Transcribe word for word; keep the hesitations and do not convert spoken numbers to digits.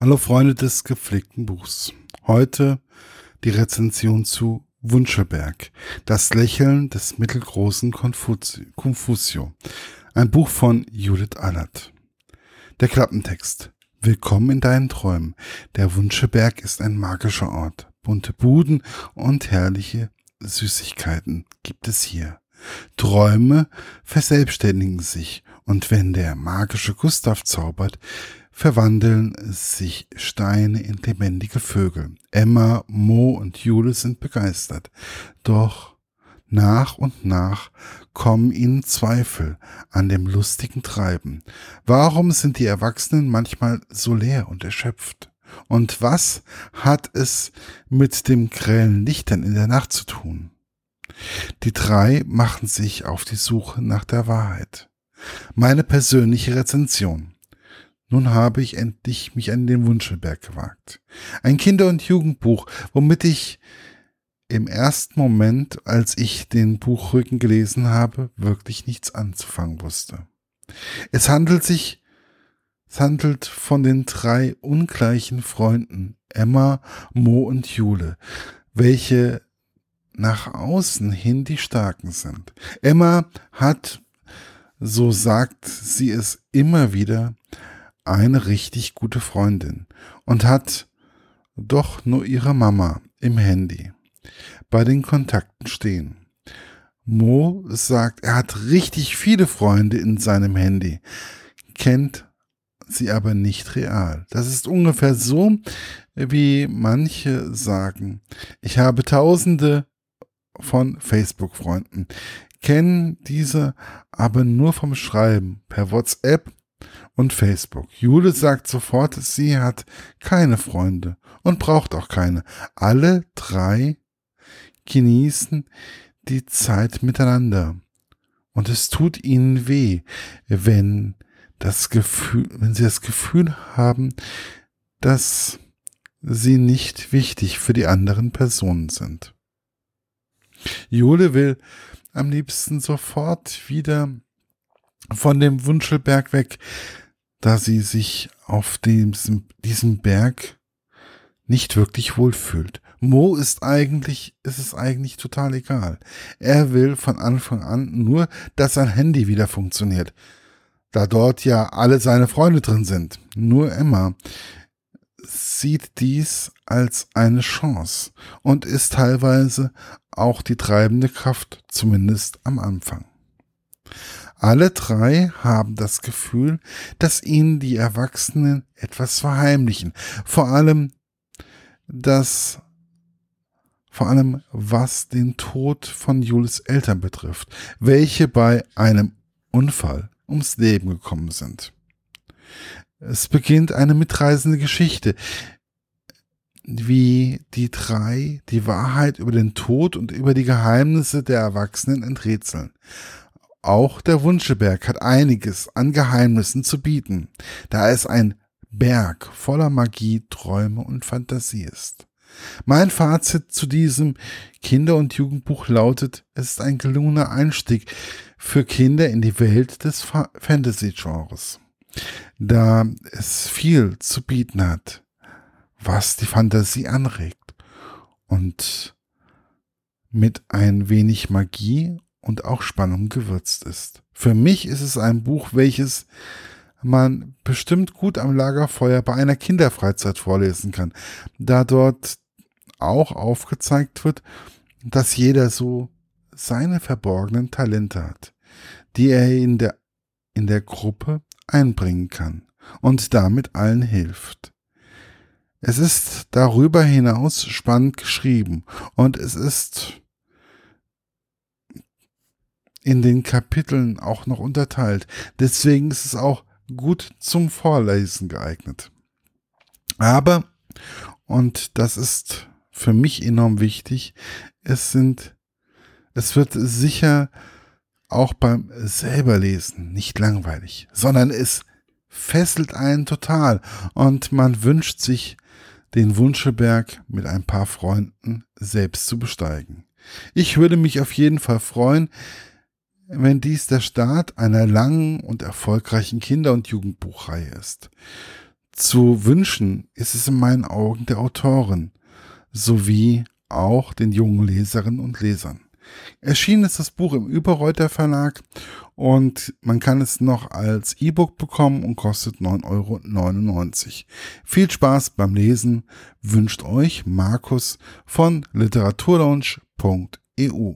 Hallo Freunde des gepflegten Buchs. Heute die Rezension zu Wunschelberg, das Lächeln des mittelgroßen Konfuzi- Konfusio. Ein Buch von Judith Allert. Der Klappentext. Willkommen in deinen Träumen. Der Wunschelberg ist ein magischer Ort. Bunte Buden und herrliche Süßigkeiten gibt es hier. Träume verselbstständigen sich, und wenn der magische Gustav zaubert, verwandeln sich Steine in lebendige Vögel. Emma, Mo und Jule sind begeistert. Doch nach und nach kommen ihnen Zweifel an dem lustigen Treiben. Warum sind die Erwachsenen manchmal so leer und erschöpft? Und was hat es mit dem grellen Lichtern in der Nacht zu tun? Die drei machen sich auf die Suche nach der Wahrheit. Meine persönliche Rezension. Nun habe ich endlich mich an den Wunschelberg gewagt. Ein Kinder- und Jugendbuch, womit ich im ersten Moment, als ich den Buchrücken gelesen habe, wirklich nichts anzufangen wusste. Es handelt sich, es handelt von den drei ungleichen Freunden, Emma, Mo und Jule, welche nach außen hin die Starken sind. Emma hat, so sagt sie es immer wieder, eine richtig gute Freundin und hat doch nur ihre Mama im Handy bei den Kontakten stehen. Mo sagt, er hat richtig viele Freunde in seinem Handy, kennt sie aber nicht real. Das ist ungefähr so, wie manche sagen, ich habe tausende von Facebook-Freunden, kennen diese aber nur vom Schreiben per WhatsApp und Facebook. Jule sagt sofort, sie hat keine Freunde und braucht auch keine. Alle drei genießen die Zeit miteinander. Und es tut ihnen weh, wenn das Gefühl, wenn sie das Gefühl haben, dass sie nicht wichtig für die anderen Personen sind. Jule will am liebsten sofort wieder von dem Wunschelberg weg, da sie sich auf diesem, diesem Berg nicht wirklich wohlfühlt. Mo ist eigentlich, ist es eigentlich total egal. Er will von Anfang an nur, dass sein Handy wieder funktioniert, da dort ja alle seine Freunde drin sind. Nur Emma sieht dies als eine Chance und ist teilweise auch die treibende Kraft, zumindest am Anfang. Alle drei haben das Gefühl, dass ihnen die Erwachsenen etwas verheimlichen. Vor allem das, vor allem was den Tod von Jules Eltern betrifft, welche bei einem Unfall ums Leben gekommen sind. Es beginnt eine mitreißende Geschichte, wie die drei die Wahrheit über den Tod und über die Geheimnisse der Erwachsenen enträtseln. Auch der Wunschelberg hat einiges an Geheimnissen zu bieten, da es ein Berg voller Magie, Träume und Fantasie ist. Mein Fazit zu diesem Kinder- und Jugendbuch lautet, es ist ein gelungener Einstieg für Kinder in die Welt des Fa- Fantasy-Genres, da es viel zu bieten hat, was die Fantasie anregt und mit ein wenig Magie und auch Spannung gewürzt ist. Für mich ist es ein Buch, welches man bestimmt gut am Lagerfeuer bei einer Kinderfreizeit vorlesen kann, da dort auch aufgezeigt wird, dass jeder so seine verborgenen Talente hat, die er in der, in der Gruppe einbringen kann und damit allen hilft. Es ist darüber hinaus spannend geschrieben und es ist in den Kapiteln auch noch unterteilt. Deswegen ist es auch gut zum Vorlesen geeignet. Aber, und das ist für mich enorm wichtig, es sind, es wird sicher auch beim selberlesen nicht langweilig, sondern es fesselt einen total und man wünscht sich, den Wunschelberg mit ein paar Freunden selbst zu besteigen. Ich würde mich auf jeden Fall freuen, wenn dies der Start einer langen und erfolgreichen Kinder- und Jugendbuchreihe ist. zu wünschen ist es in meinen Augen der Autorin sowie auch den jungen Leserinnen und Lesern. Erschienen ist das Buch im Überreuter Verlag und man kann es noch als E-Book bekommen und kostet neun Euro neunundneunzig. Viel Spaß beim Lesen wünscht euch Markus von literaturlaunch punkt e u.